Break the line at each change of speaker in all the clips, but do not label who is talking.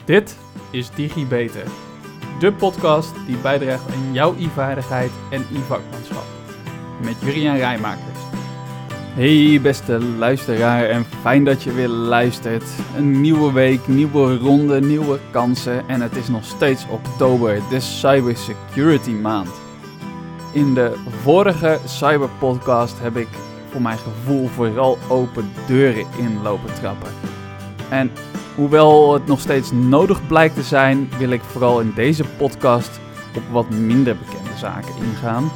Dit is DigiBeter, de podcast die bijdraagt aan jouw e-vaardigheid en e-vakmanschap. Met Juriaan Rijmakers. Hey beste luisteraar en fijn dat je weer luistert. Een nieuwe week, nieuwe ronde, nieuwe kansen en het is nog steeds oktober, de cybersecurity maand. In de vorige cyberpodcast heb ik voor mijn gevoel vooral open deuren in lopen trappen. En hoewel het nog steeds nodig blijkt te zijn, wil ik vooral in deze podcast op wat minder bekende zaken ingaan.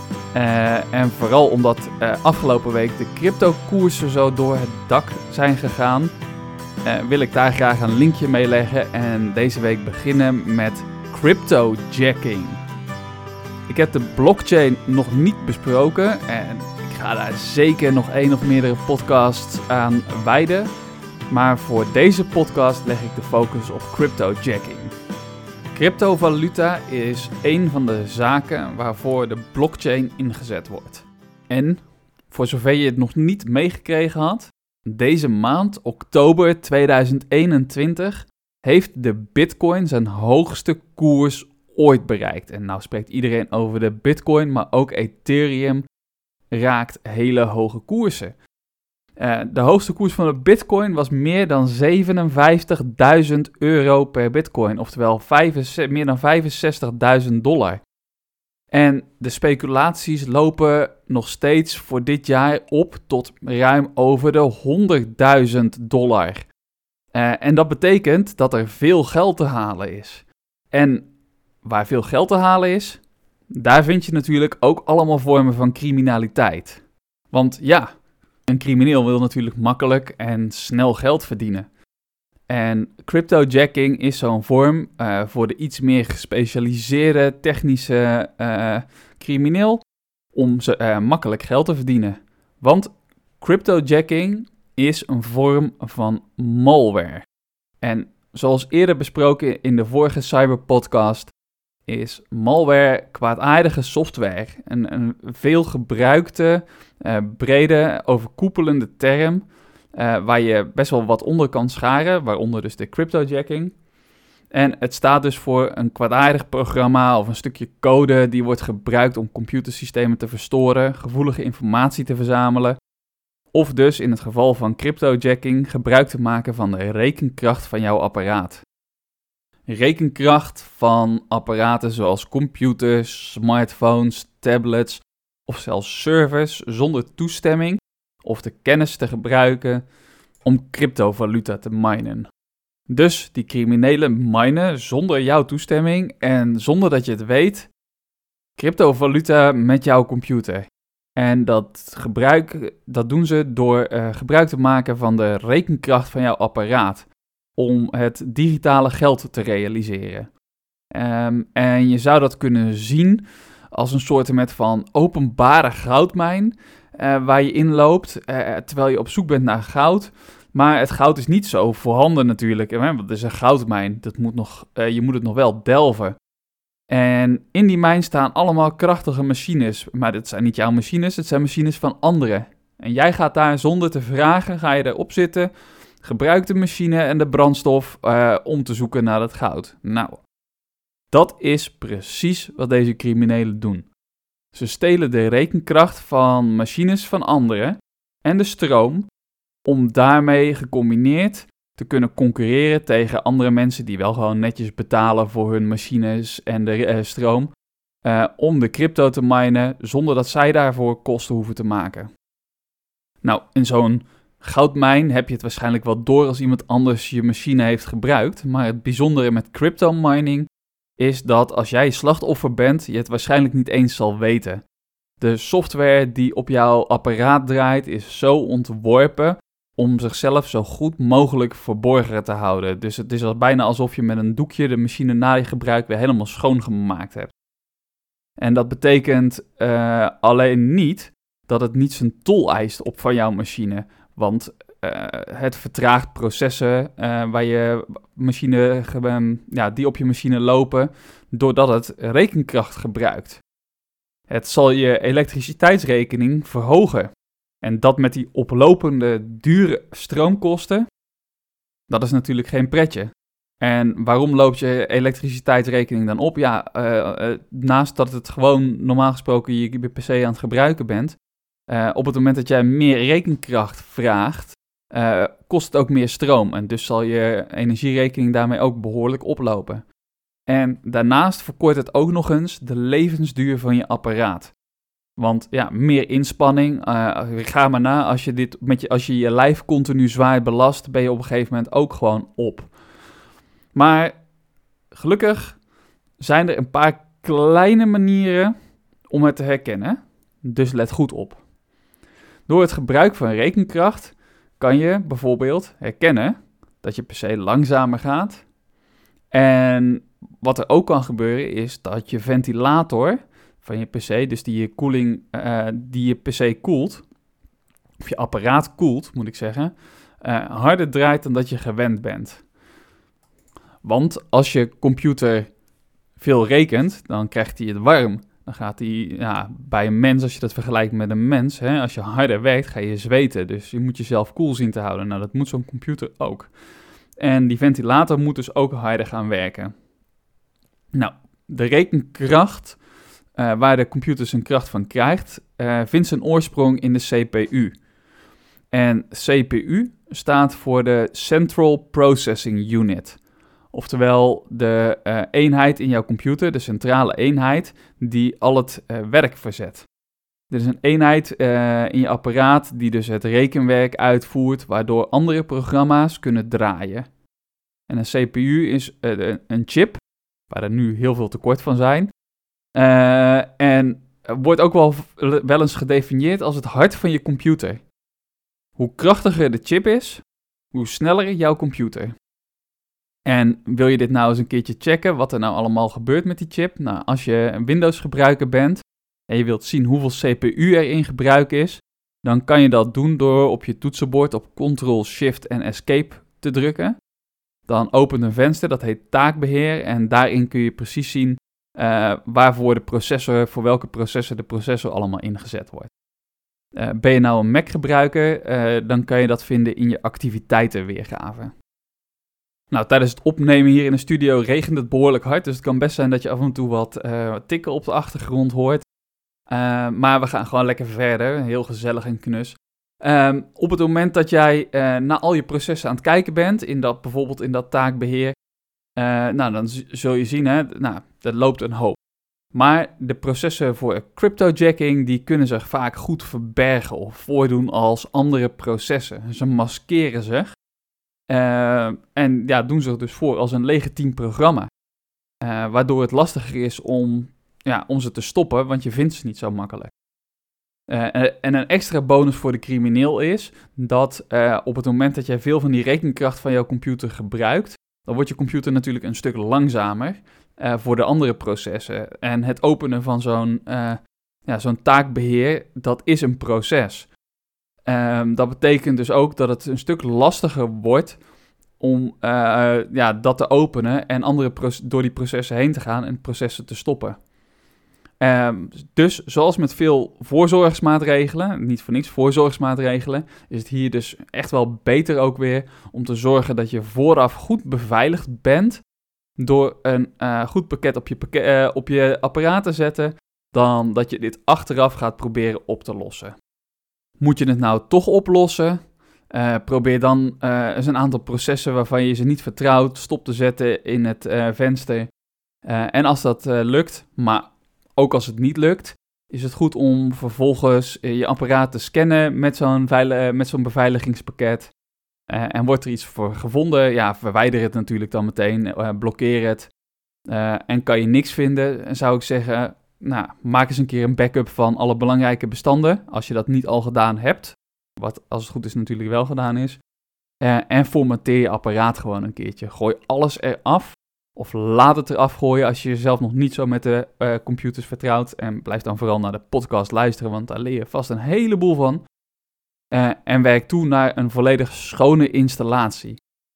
En vooral omdat afgelopen week de cryptokoersen zo door het dak zijn gegaan, wil ik daar graag een linkje mee leggen en deze week beginnen met cryptojacking. Ik heb de blockchain nog niet besproken en ik ga daar zeker nog één of meerdere podcasts aan wijden. Maar voor deze podcast leg ik de focus op cryptojacking. Cryptovaluta is een van de zaken waarvoor de blockchain ingezet wordt. En, voor zover je het nog niet meegekregen had, deze maand, oktober 2021, heeft de Bitcoin zijn hoogste koers ooit bereikt. En nou spreekt iedereen over de Bitcoin, maar ook Ethereum raakt hele hoge koersen. De hoogste koers van de Bitcoin was meer dan €57.000 per Bitcoin, oftewel meer dan $65.000. En de speculaties lopen nog steeds voor dit jaar op tot ruim over de $100.000. En dat betekent dat er veel geld te halen is. En waar veel geld te halen is, daar vind je natuurlijk ook allemaal vormen van criminaliteit. Want ja, een crimineel wil natuurlijk makkelijk en snel geld verdienen. En cryptojacking is zo'n vorm voor de iets meer gespecialiseerde technische crimineel om makkelijk geld te verdienen. Want cryptojacking is een vorm van malware. En zoals eerder besproken in de vorige cyberpodcast is malware kwaadaardige software. Een veel gebruikte, brede, overkoepelende term waar je best wel wat onder kan scharen, waaronder dus de cryptojacking. En het staat dus voor een kwaadaardig programma of een stukje code die wordt gebruikt om computersystemen te verstoren, gevoelige informatie te verzamelen, of dus in het geval van cryptojacking gebruik te maken van de rekenkracht van jouw apparaat. Rekenkracht van apparaten zoals computers, smartphones, tablets of zelfs servers zonder toestemming of de kennis te gebruiken om cryptovaluta te minen. Dus die criminelen minen zonder jouw toestemming en zonder dat je het weet cryptovaluta met jouw computer. En dat doen ze door gebruik te maken van de rekenkracht van jouw apparaat om het digitale geld te realiseren. En je zou dat kunnen zien als een soort van openbare goudmijn waar je inloopt terwijl je op zoek bent naar goud. Maar het goud is niet zo voorhanden natuurlijk, want het is een goudmijn. Je moet het nog wel delven. En in die mijn staan allemaal krachtige machines. Maar dat zijn niet jouw machines, het zijn machines van anderen. En jij gaat daar zonder te vragen, ga je erop zitten, gebruik de machine en de brandstof om te zoeken naar het goud. Nou, dat is precies wat deze criminelen doen. Ze stelen de rekenkracht van machines van anderen en de stroom om daarmee gecombineerd te kunnen concurreren tegen andere mensen die wel gewoon netjes betalen voor hun machines en de stroom om de crypto te minen zonder dat zij daarvoor kosten hoeven te maken. Nou, in zo'n goudmijn heb je het waarschijnlijk wel door als iemand anders je machine heeft gebruikt, maar het bijzondere met crypto mining is dat als jij slachtoffer bent, je het waarschijnlijk niet eens zal weten. De software die op jouw apparaat draait is zo ontworpen om zichzelf zo goed mogelijk verborgen te houden. Dus het is bijna alsof je met een doekje de machine na je gebruik weer helemaal schoongemaakt hebt. En dat betekent alleen niet dat het niet zijn tol eist op van jouw machine. Want het vertraagt processen waar je die op je machine lopen, doordat het rekenkracht gebruikt. Het zal je elektriciteitsrekening verhogen. En dat met die oplopende, dure stroomkosten, dat is natuurlijk geen pretje. En waarom loopt je elektriciteitsrekening dan op? Ja, naast dat het gewoon normaal gesproken je PC aan het gebruiken bent, op het moment dat jij meer rekenkracht vraagt, kost het ook meer stroom. En dus zal je energierekening daarmee ook behoorlijk oplopen. En daarnaast verkort het ook nog eens de levensduur van je apparaat. Want ja, meer inspanning, ga maar na, als je je lijf continu zwaar belast, ben je op een gegeven moment ook gewoon op. Maar gelukkig zijn er een paar kleine manieren om het te herkennen, dus let goed op. Door het gebruik van rekenkracht kan je bijvoorbeeld herkennen dat je PC langzamer gaat. En wat er ook kan gebeuren is dat je ventilator van je PC, dus die je PC koelt, of je apparaat koelt, moet ik zeggen, harder draait dan dat je gewend bent. Want als je computer veel rekent, dan krijgt hij het warm. Dan gaat hij, bij een mens, als je dat vergelijkt met een mens, als je harder werkt, ga je zweten. Dus je moet jezelf koel zien te houden. Nou, dat moet zo'n computer ook. En die ventilator moet dus ook harder gaan werken. Nou, de rekenkracht, waar de computer zijn kracht van krijgt, vindt zijn oorsprong in de CPU. En CPU staat voor de Central Processing Unit. Oftewel de eenheid in jouw computer, de centrale eenheid, die al het werk verzet. Er is een eenheid in je apparaat die dus het rekenwerk uitvoert, waardoor andere programma's kunnen draaien. En een CPU is een chip, waar er nu heel veel tekort van zijn. En wordt ook wel eens gedefinieerd als het hart van je computer. Hoe krachtiger de chip is, hoe sneller jouw computer. En wil je dit nou eens een keertje checken, wat er nou allemaal gebeurt met die chip? Nou, als je een Windows gebruiker bent en je wilt zien hoeveel CPU er in gebruik is, dan kan je dat doen door op je toetsenbord op Ctrl, Shift en Escape te drukken. Dan opent een venster, dat heet taakbeheer, en daarin kun je precies zien voor welke processor de processor allemaal ingezet wordt. Ben je nou een Mac gebruiker, dan kan je dat vinden in je activiteitenweergave. Nou, tijdens het opnemen hier in de studio regent het behoorlijk hard, dus het kan best zijn dat je af en toe wat tikken op de achtergrond hoort. Maar we gaan gewoon lekker verder, heel gezellig en knus. Op het moment dat jij naar al je processen aan het kijken bent, bijvoorbeeld in dat taakbeheer, dan zul je zien, dat loopt een hoop. Maar de processen voor cryptojacking, die kunnen zich vaak goed verbergen of voordoen als andere processen. Ze maskeren zich. En doen zich dus voor als een legitiem programma. Waardoor het lastiger is om ze te stoppen, want je vindt ze niet zo makkelijk. En een extra bonus voor de crimineel is dat op het moment dat jij veel van die rekenkracht van jouw computer gebruikt, dan wordt je computer natuurlijk een stuk langzamer voor de andere processen. En het openen van zo'n taakbeheer, dat is een proces. Dat betekent dus ook dat het een stuk lastiger wordt om dat te openen en door die processen heen te gaan en processen te stoppen. Dus zoals met veel voorzorgsmaatregelen, niet voor niks voorzorgsmaatregelen, is het hier dus echt wel beter ook weer om te zorgen dat je vooraf goed beveiligd bent door een goed pakket op je apparaat te zetten, dan dat je dit achteraf gaat proberen op te lossen. Moet je het nou toch oplossen? Probeer dan eens een aantal processen waarvan je ze niet vertrouwt stop te zetten in het venster. En als dat lukt, maar ook als het niet lukt, is het goed om vervolgens je apparaat te scannen met zo'n beveiligingspakket. En wordt er iets voor gevonden, verwijder het natuurlijk dan meteen, blokkeer het. En kan je niks vinden, zou ik zeggen, maak eens een keer een backup van alle belangrijke bestanden, als je dat niet al gedaan hebt. Wat als het goed is natuurlijk wel gedaan is. En formateer je apparaat gewoon een keertje. Gooi alles eraf. Of laat het eraf gooien als je jezelf nog niet zo met de computers vertrouwt. En blijf dan vooral naar de podcast luisteren, want daar leer je vast een heleboel van. En werk toe naar een volledig schone installatie.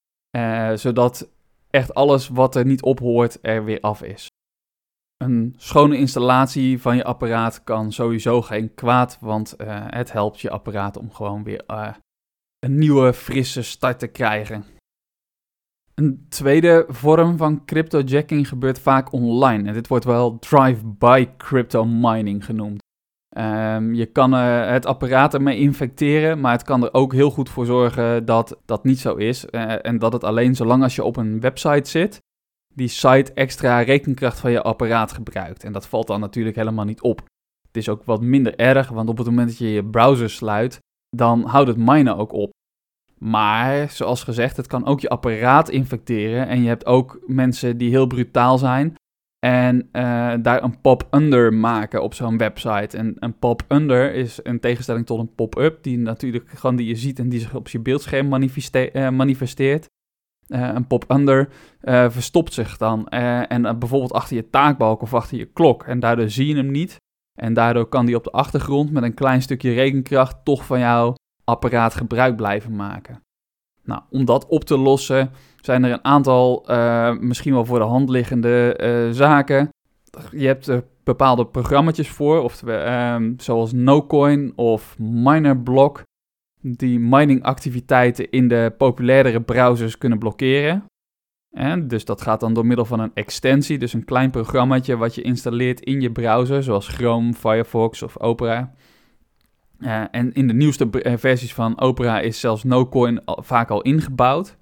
Zodat echt alles wat er niet op hoort er weer af is. Een schone installatie van je apparaat kan sowieso geen kwaad, want het helpt je apparaat om gewoon weer een nieuwe, frisse start te krijgen. Een tweede vorm van cryptojacking gebeurt vaak online. En dit wordt wel drive-by crypto mining genoemd. Je kan het apparaat ermee infecteren, maar het kan er ook heel goed voor zorgen dat dat niet zo is. En dat het alleen zolang als je op een website zit, die site extra rekenkracht van je apparaat gebruikt. En dat valt dan natuurlijk helemaal niet op. Het is ook wat minder erg, want op het moment dat je je browser sluit, dan houdt het minen ook op. Maar, zoals gezegd, het kan ook je apparaat infecteren. En je hebt ook mensen die heel brutaal zijn en daar een pop-under maken op zo'n website. En een pop-under is in tegenstelling tot een pop-up, die natuurlijk gewoon die je ziet en die zich op je beeldscherm manifesteert. Een pop-under verstopt zich dan en bijvoorbeeld achter je taakbalk of achter je klok. En daardoor zie je hem niet. En daardoor kan die op de achtergrond met een klein stukje rekenkracht toch van jouw apparaat gebruik blijven maken. Nou, om dat op te lossen zijn er een aantal misschien wel voor de hand liggende zaken. Je hebt er bepaalde programma's voor, zoals Nocoin of Minerblock, die miningactiviteiten in de populairdere browsers kunnen blokkeren. Dus dat gaat dan door middel van een extensie, dus een klein programmaatje wat je installeert in je browser, zoals Chrome, Firefox of Opera. En in de nieuwste versies van Opera is zelfs Nocoin vaak al ingebouwd.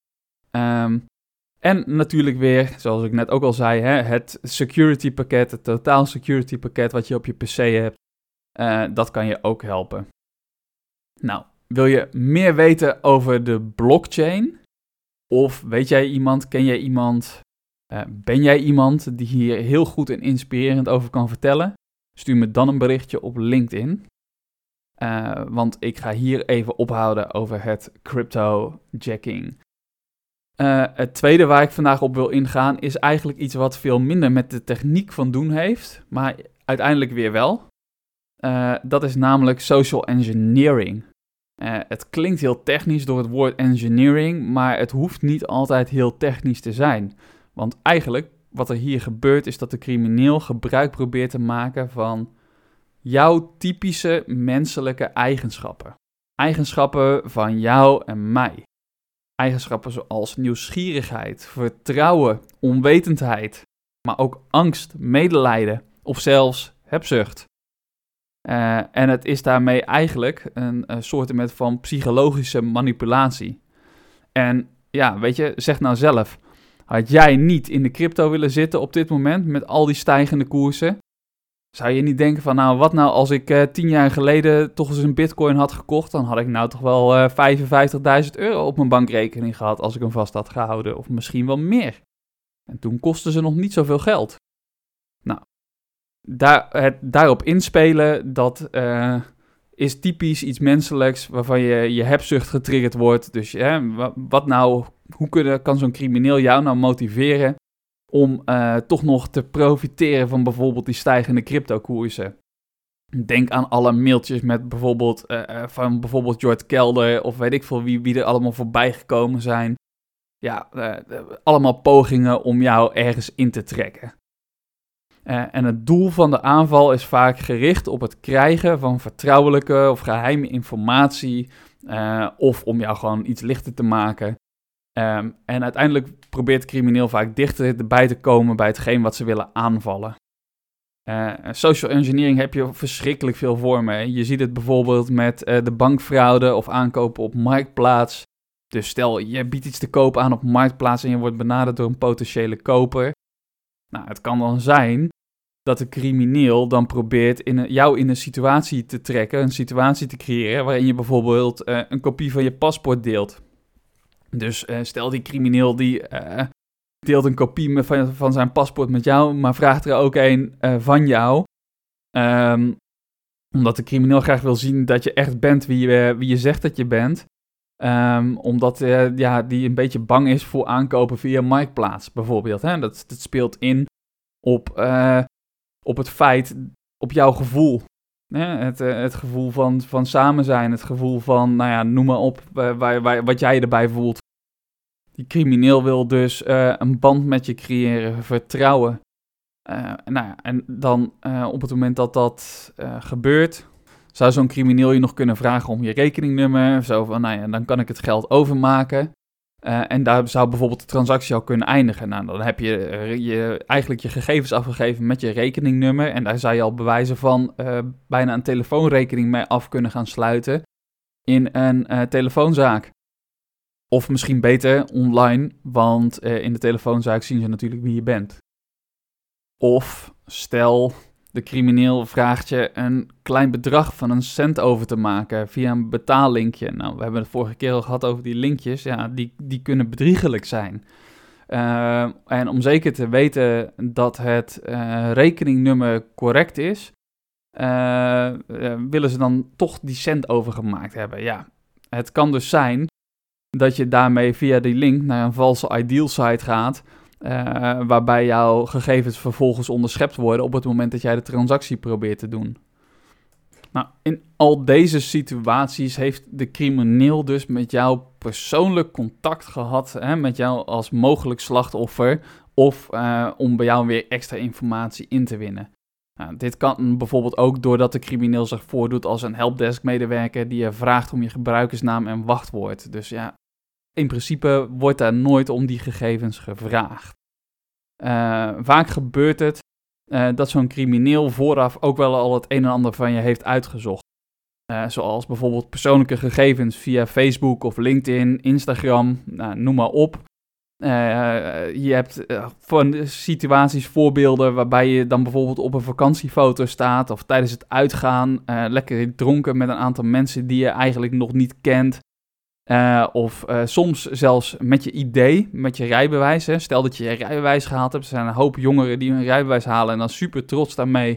En natuurlijk weer, zoals ik net ook al zei, het security pakket, het totaal security pakket wat je op je PC hebt, dat kan je ook helpen. Nou, wil je meer weten over de blockchain? Of weet jij iemand, ken jij iemand, ben jij iemand die hier heel goed en inspirerend over kan vertellen? Stuur me dan een berichtje op LinkedIn. Want ik ga hier even ophouden over het cryptojacking. Het tweede waar ik vandaag op wil ingaan is eigenlijk iets wat veel minder met de techniek van doen heeft, maar uiteindelijk weer wel. Dat is namelijk social engineering. Het klinkt heel technisch door het woord engineering, maar het hoeft niet altijd heel technisch te zijn. Want eigenlijk, wat er hier gebeurt, is dat de crimineel gebruik probeert te maken van jouw typische menselijke eigenschappen. Eigenschappen van jou en mij. Eigenschappen zoals nieuwsgierigheid, vertrouwen, onwetendheid, maar ook angst, medelijden of zelfs hebzucht. En het is daarmee eigenlijk een soort van psychologische manipulatie. En ja, weet je, zeg nou zelf, had jij niet in de crypto willen zitten op dit moment met al die stijgende koersen? Zou je niet denken van, nou, wat nou als ik 10 jaar geleden toch eens een bitcoin had gekocht, dan had ik nou toch wel €55.000 op mijn bankrekening gehad als ik hem vast had gehouden, of misschien wel meer. En toen kostten ze nog niet zoveel geld. Nou, daarop inspelen, dat is typisch iets menselijks waarvan je hebzucht getriggerd wordt. Dus hoe kan zo'n crimineel jou nou motiveren om toch nog te profiteren van bijvoorbeeld die stijgende cryptokoersen? Denk aan alle mailtjes met bijvoorbeeld George Kelder of weet ik veel wie er allemaal voorbij gekomen zijn. Ja, allemaal pogingen om jou ergens in te trekken. En het doel van de aanval is vaak gericht op het krijgen van vertrouwelijke of geheime informatie, of om jou gewoon iets lichter te maken. En uiteindelijk probeert de crimineel vaak dichterbij te komen bij hetgeen wat ze willen aanvallen. Social engineering heb je verschrikkelijk veel vormen. Je ziet het bijvoorbeeld met de bankfraude of aankopen op Marktplaats. Dus stel, je biedt iets te koop aan op Marktplaats en je wordt benaderd door een potentiële koper. Nou, het kan dan zijn dat de crimineel dan probeert jou in een situatie te trekken, een situatie te creëren waarin je bijvoorbeeld een kopie van je paspoort deelt. Dus stel die crimineel die deelt een kopie van zijn paspoort met jou, maar vraagt er ook een van jou. Omdat de crimineel graag wil zien dat je echt bent wie je zegt dat je bent. Omdat die een beetje bang is voor aankopen via Marktplaats bijvoorbeeld. Hè? Dat speelt in op het feit, op jouw gevoel. Het gevoel van samen zijn, het gevoel van, noem maar op, wat jij erbij voelt. Die crimineel wil dus een band met je creëren, vertrouwen. En dan op het moment dat dat gebeurt, zou zo'n crimineel je nog kunnen vragen om je rekeningnummer. Zo van, dan kan ik het geld overmaken. En daar zou bijvoorbeeld de transactie al kunnen eindigen. Nou, dan heb je eigenlijk je gegevens afgegeven met je rekeningnummer. En daar zou je al bewijzen van bijna een telefoonrekening mee af kunnen gaan sluiten in een telefoonzaak. Of misschien beter online, want in de telefoonzaak zien ze natuurlijk wie je bent. Of stel, de crimineel vraagt je een klein bedrag van een cent over te maken via een betaallinkje. Nou, we hebben het vorige keer al gehad over die linkjes. Ja, die kunnen bedriegelijk zijn. En om zeker te weten dat het rekeningnummer correct is, willen ze dan toch die cent overgemaakt hebben. Ja, het kan dus zijn dat je daarmee via die link naar een valse ideal site gaat, waarbij jouw gegevens vervolgens onderschept worden op het moment dat jij de transactie probeert te doen. Nou, in al deze situaties heeft de crimineel dus met jou persoonlijk contact gehad, met jou als mogelijk slachtoffer, of om bij jou weer extra informatie in te winnen. Nou, dit kan bijvoorbeeld ook doordat de crimineel zich voordoet als een helpdesk-medewerker die je vraagt om je gebruikersnaam en wachtwoord. Dus ja, in principe wordt daar nooit om die gegevens gevraagd. Vaak gebeurt het dat zo'n crimineel vooraf ook wel al het een en ander van je heeft uitgezocht. Zoals bijvoorbeeld persoonlijke gegevens via Facebook of LinkedIn, Instagram, noem maar op. Je hebt van situaties, voorbeelden waarbij je dan bijvoorbeeld op een vakantiefoto staat of tijdens het uitgaan lekker dronken met een aantal mensen die je eigenlijk nog niet kent. Of soms zelfs met je ID, met je rijbewijs. Hè. Stel dat je je rijbewijs gehaald hebt. Er zijn een hoop jongeren die hun rijbewijs halen en dan super trots daarmee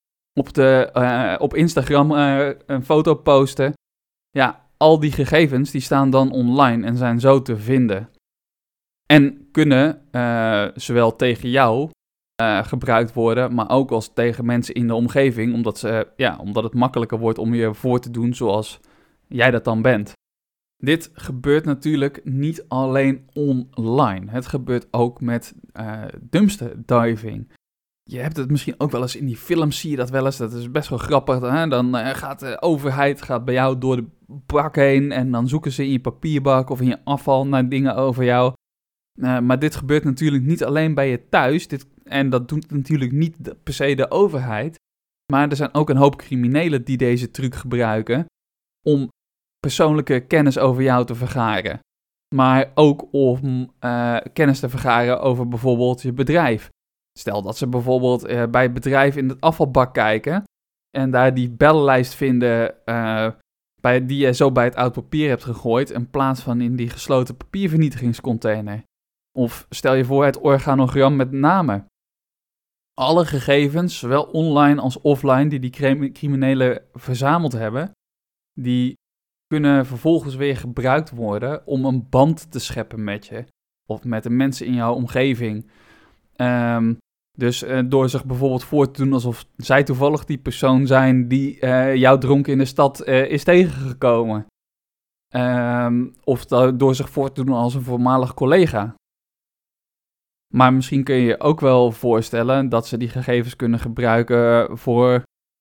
op Instagram een foto posten. Ja, al die gegevens die staan dan online en zijn zo te vinden. En kunnen zowel tegen jou gebruikt worden, maar ook als tegen mensen in de omgeving, omdat het makkelijker wordt om je voor te doen zoals jij dat dan bent. Dit gebeurt natuurlijk niet alleen online. Het gebeurt ook met dumpster diving. Je hebt het misschien ook wel eens in die films, zie je dat wel eens. Dat is best wel grappig. Hè? Dan gaat de overheid bij jou door de bak heen en dan zoeken ze in je papierbak of in je afval naar dingen over jou. Maar dit gebeurt natuurlijk niet alleen bij je thuis. En dat doet natuurlijk niet per se de overheid. Maar er zijn ook een hoop criminelen die deze truc gebruiken om persoonlijke kennis over jou te vergaren. Maar ook om kennis te vergaren over bijvoorbeeld je bedrijf. Stel dat ze bijvoorbeeld bij het bedrijf in het afvalbak kijken en daar die bellenlijst vinden die je zo bij het oud papier hebt gegooid in plaats van in die gesloten papiervernietigingscontainer. Of stel je voor het organogram met namen. Alle gegevens, zowel online als offline, die criminelen verzameld hebben, die kunnen vervolgens weer gebruikt worden om een band te scheppen met je. Of met de mensen in jouw omgeving. Dus door zich bijvoorbeeld voor te doen alsof zij toevallig die persoon zijn die jou dronken in de stad is tegengekomen. Of door zich voor te doen als een voormalig collega. Maar misschien kun je je ook wel voorstellen dat ze die gegevens kunnen gebruiken voor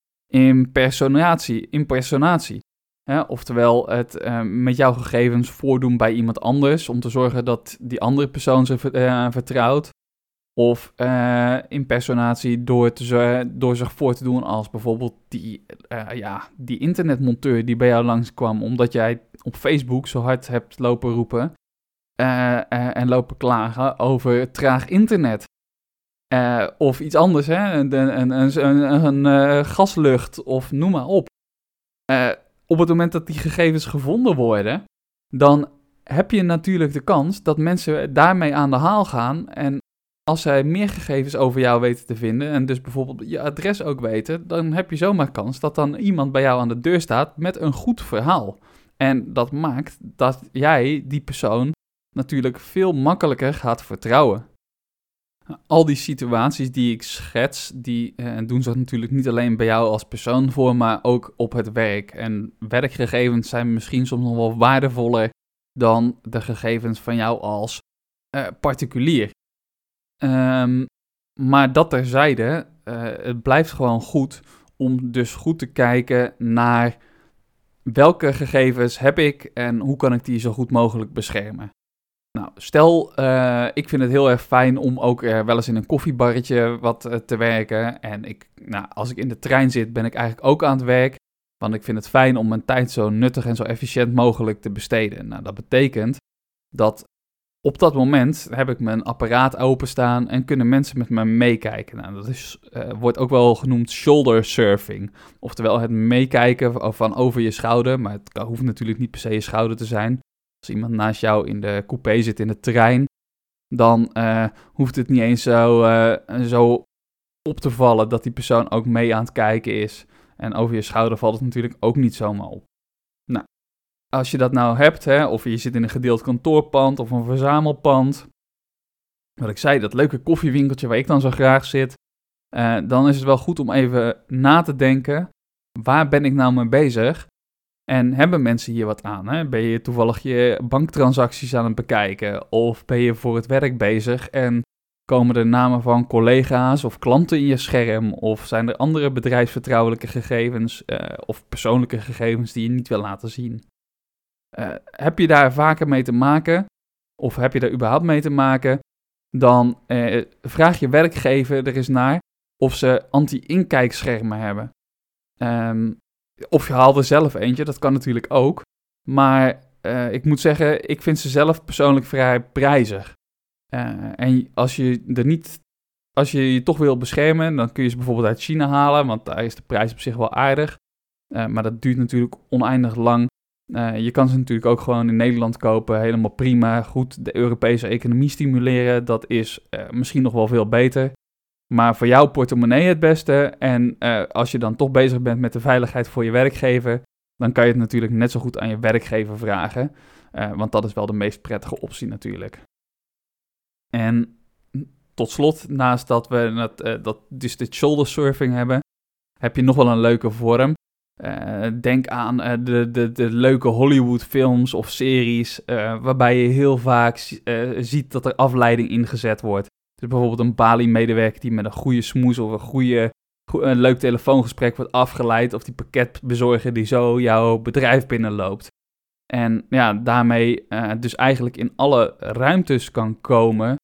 impersonatie. Oftewel het met jouw gegevens voordoen bij iemand anders om te zorgen dat die andere persoon ze vertrouwt. Of impersonatie door zich voor te doen als bijvoorbeeld die internetmonteur die bij jou langskwam omdat jij op Facebook zo hard hebt lopen roepen en lopen klagen over traag internet. Of iets anders, een gaslucht of noem maar op. Op het moment dat die gegevens gevonden worden, dan heb je natuurlijk de kans dat mensen daarmee aan de haal gaan. En als zij meer gegevens over jou weten te vinden en dus bijvoorbeeld je adres ook weten, dan heb je zomaar kans dat dan iemand bij jou aan de deur staat met een goed verhaal. En dat maakt dat jij die persoon natuurlijk veel makkelijker gaat vertrouwen. Al die situaties die ik schets, die doen zich natuurlijk niet alleen bij jou als persoon voor, maar ook op het werk. En werkgegevens zijn misschien soms nog wel waardevoller dan de gegevens van jou als particulier. Maar dat terzijde, het blijft gewoon goed om dus goed te kijken naar welke gegevens heb ik en hoe kan ik die zo goed mogelijk beschermen. Nou, stel, ik vind het heel erg fijn om ook wel eens in een koffiebarretje wat te werken. En als ik in de trein zit, ben ik eigenlijk ook aan het werk. Want ik vind het fijn om mijn tijd zo nuttig en zo efficiënt mogelijk te besteden. Nou, dat betekent dat op dat moment heb ik mijn apparaat openstaan en kunnen mensen met me meekijken. Nou, dat wordt ook wel genoemd shoulder surfing. Oftewel het meekijken van over je schouder. Maar het hoeft natuurlijk niet per se je schouder te zijn. Als iemand naast jou in de coupé zit in de trein, dan hoeft het niet eens zo op te vallen dat die persoon ook mee aan het kijken is. En over je schouder valt het natuurlijk ook niet zomaar op. Nou, als je dat nou hebt, of je zit in een gedeeld kantoorpand of een verzamelpand, wat ik zei, dat leuke koffiewinkeltje waar ik dan zo graag zit, dan is het wel goed om even na te denken, waar ben ik nou mee bezig? En hebben mensen hier wat aan? Hè? Ben je toevallig je banktransacties aan het bekijken? Of ben je voor het werk bezig en komen er namen van collega's of klanten in je scherm? Of zijn er andere bedrijfsvertrouwelijke gegevens of persoonlijke gegevens die je niet wil laten zien? Heb je daar vaker mee te maken? Of heb je daar überhaupt mee te maken? Dan vraag je werkgever er eens naar of ze anti-inkijkschermen hebben. Of je haalt er zelf eentje, dat kan natuurlijk ook. Maar ik moet zeggen, ik vind ze zelf persoonlijk vrij prijzig. En als je je toch wil beschermen, dan kun je ze bijvoorbeeld uit China halen, want daar is de prijs op zich wel aardig. Maar dat duurt natuurlijk oneindig lang. Je kan ze natuurlijk ook gewoon in Nederland kopen, helemaal prima. Goed, de Europese economie stimuleren, dat is misschien nog wel veel beter. Maar voor jouw portemonnee het beste. En als je dan toch bezig bent met de veiligheid voor je werkgever, dan kan je het natuurlijk net zo goed aan je werkgever vragen. Want dat is wel de meest prettige optie natuurlijk. En tot slot, naast dat we dus dit shoulder surfing hebben, heb je nog wel een leuke vorm. Denk aan de leuke Hollywood films of series, waarbij je heel vaak ziet dat er afleiding ingezet wordt. Dus bijvoorbeeld een Bali-medewerker die met een goede smoes of een leuk telefoongesprek wordt afgeleid, of die pakketbezorger die zo jouw bedrijf binnenloopt. En ja, daarmee dus eigenlijk in alle ruimtes kan komen,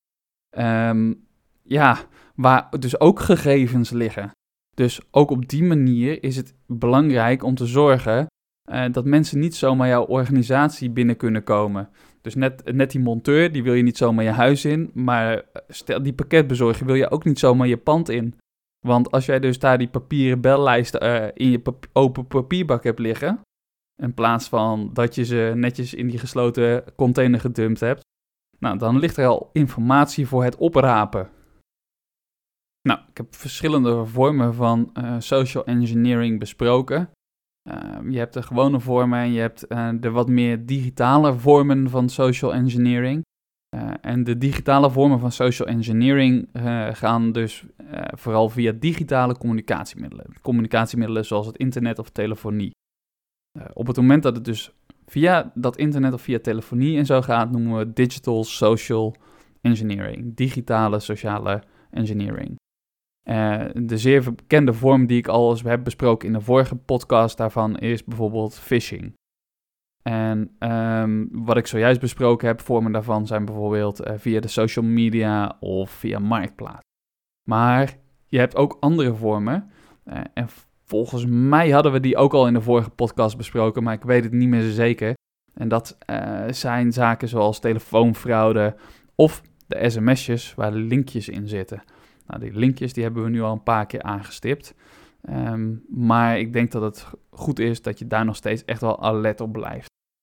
waar dus ook gegevens liggen. Dus ook op die manier is het belangrijk om te zorgen dat mensen niet zomaar jouw organisatie binnen kunnen komen. Dus net die monteur, die wil je niet zomaar je huis in, maar stel die pakketbezorger wil je ook niet zomaar je pand in. Want als jij dus daar die papieren bellijsten in je open papierbak hebt liggen, in plaats van dat je ze netjes in die gesloten container gedumpt hebt, nou, dan ligt er al informatie voor het oprapen. Nou, ik heb verschillende vormen van social engineering besproken. Je hebt de gewone vormen en je hebt de wat meer digitale vormen van social engineering. En de digitale vormen van social engineering gaan dus vooral via digitale communicatiemiddelen. Communicatiemiddelen zoals het internet of telefonie. Op het moment dat het dus via dat internet of via telefonie en zo gaat, noemen we digital social engineering. Digitale sociale engineering. De zeer bekende vorm die ik al eens heb besproken in de vorige podcast daarvan is bijvoorbeeld phishing. En wat ik zojuist besproken heb, vormen daarvan zijn bijvoorbeeld via de social media of via Marktplaats. Maar je hebt ook andere vormen. En volgens mij hadden we die ook al in de vorige podcast besproken, maar ik weet het niet meer zo zeker. En dat zijn zaken zoals telefoonfraude of de sms'jes waar linkjes in zitten. Nou, die linkjes die hebben we nu al een paar keer aangestipt. Maar ik denk dat het goed is dat je daar nog steeds echt wel alert op blijft.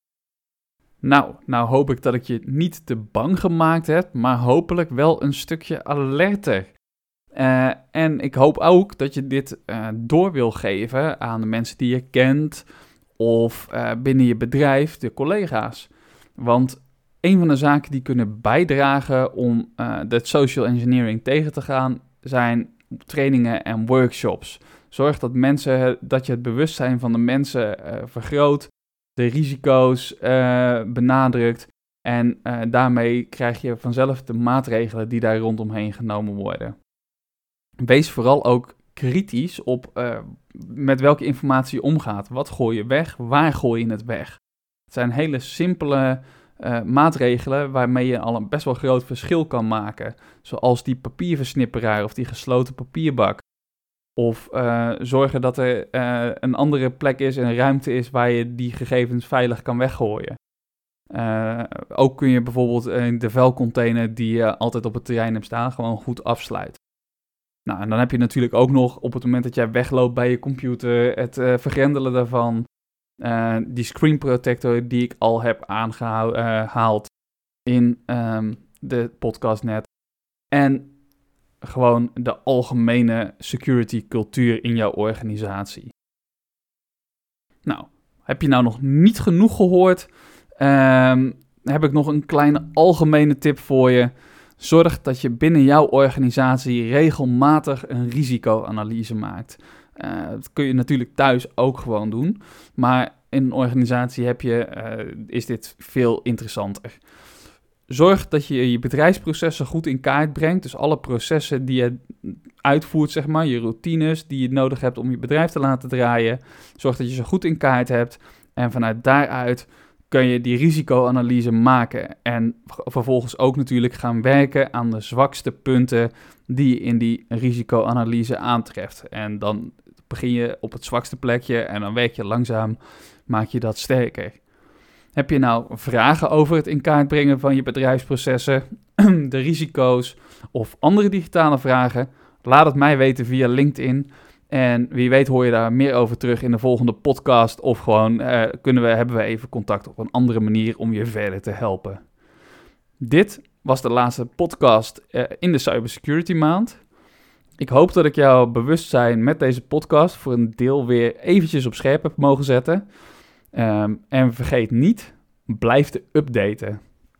Nou hoop ik dat ik je niet te bang gemaakt heb, maar hopelijk wel een stukje alerter. En ik hoop ook dat je dit door wil geven aan de mensen die je kent of binnen je bedrijf, de collega's. Want een van de zaken die kunnen bijdragen om de social engineering tegen te gaan zijn trainingen en workshops. Zorg dat je het bewustzijn van de mensen vergroot, de risico's benadrukt en daarmee krijg je vanzelf de maatregelen die daar rondomheen genomen worden. Wees vooral ook kritisch op met welke informatie je omgaat. Wat gooi je weg? Waar gooi je het weg? Het zijn hele simpele maatregelen waarmee je al een best wel groot verschil kan maken. Zoals die papierversnipperaar of die gesloten papierbak. Of zorgen dat er een andere plek is, een ruimte is waar je die gegevens veilig kan weggooien. Ook kun je bijvoorbeeld de vuilcontainer die je altijd op het terrein hebt staan gewoon goed afsluiten. Nou, en dan heb je natuurlijk ook nog op het moment dat jij wegloopt bij je computer het vergrendelen daarvan. Die screen protector die ik al heb aangehaald in de podcast net. En gewoon de algemene security cultuur in jouw organisatie. Nou, heb je nou nog niet genoeg gehoord? Heb ik nog een kleine algemene tip voor je. Zorg dat je binnen jouw organisatie regelmatig een risicoanalyse maakt. Dat kun je natuurlijk thuis ook gewoon doen. Maar in een organisatie is dit veel interessanter. Zorg dat je je bedrijfsprocessen goed in kaart brengt. Dus alle processen die je uitvoert, zeg maar, je routines die je nodig hebt om je bedrijf te laten draaien. Zorg dat je ze goed in kaart hebt. En vanuit daaruit kun je die risicoanalyse maken. En vervolgens ook natuurlijk gaan werken aan de zwakste punten die je in die risicoanalyse aantreft. En dan begin je op het zwakste plekje en dan werk je langzaam, maak je dat sterker. Heb je nou vragen over het in kaart brengen van je bedrijfsprocessen, de risico's of andere digitale vragen? Laat het mij weten via LinkedIn. En wie weet hoor je daar meer over terug in de volgende podcast. Of gewoon hebben we even contact op een andere manier om je verder te helpen. Dit was de laatste podcast in de Cybersecurity Maand. Ik hoop dat ik jouw bewustzijn met deze podcast voor een deel weer eventjes op scherp heb mogen zetten. En vergeet niet, blijf te updaten.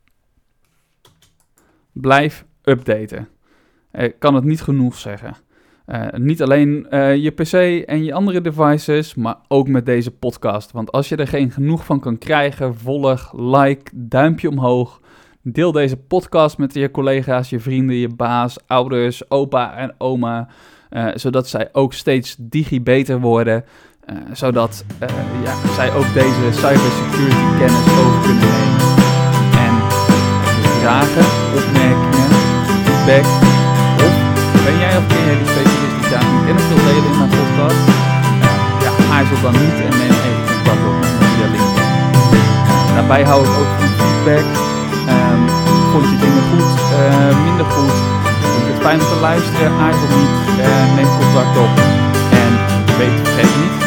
Blijf updaten. Ik kan het niet genoeg zeggen. Niet alleen je PC en je andere devices, maar ook met deze podcast. Want als je er geen genoeg van kan krijgen, volg, like, duimpje omhoog. Deel deze podcast met je collega's, je vrienden, je baas, ouders, opa en oma. Zodat zij ook steeds digibeter worden. Zodat zij ook deze cybersecurity kennis over kunnen nemen. En vragen, opmerkingen, feedback. Of ben jij of ken jij die specialist die daar niet kennis wil delen in mijn podcast? Aarzel dan niet en neem even contact op met me via LinkedIn. Daarbij hou ik ook van feedback. Vond je dingen goed, minder goed? Vond je het fijn om te luisteren? Aarzel niet, neem contact op. En vergeet niet,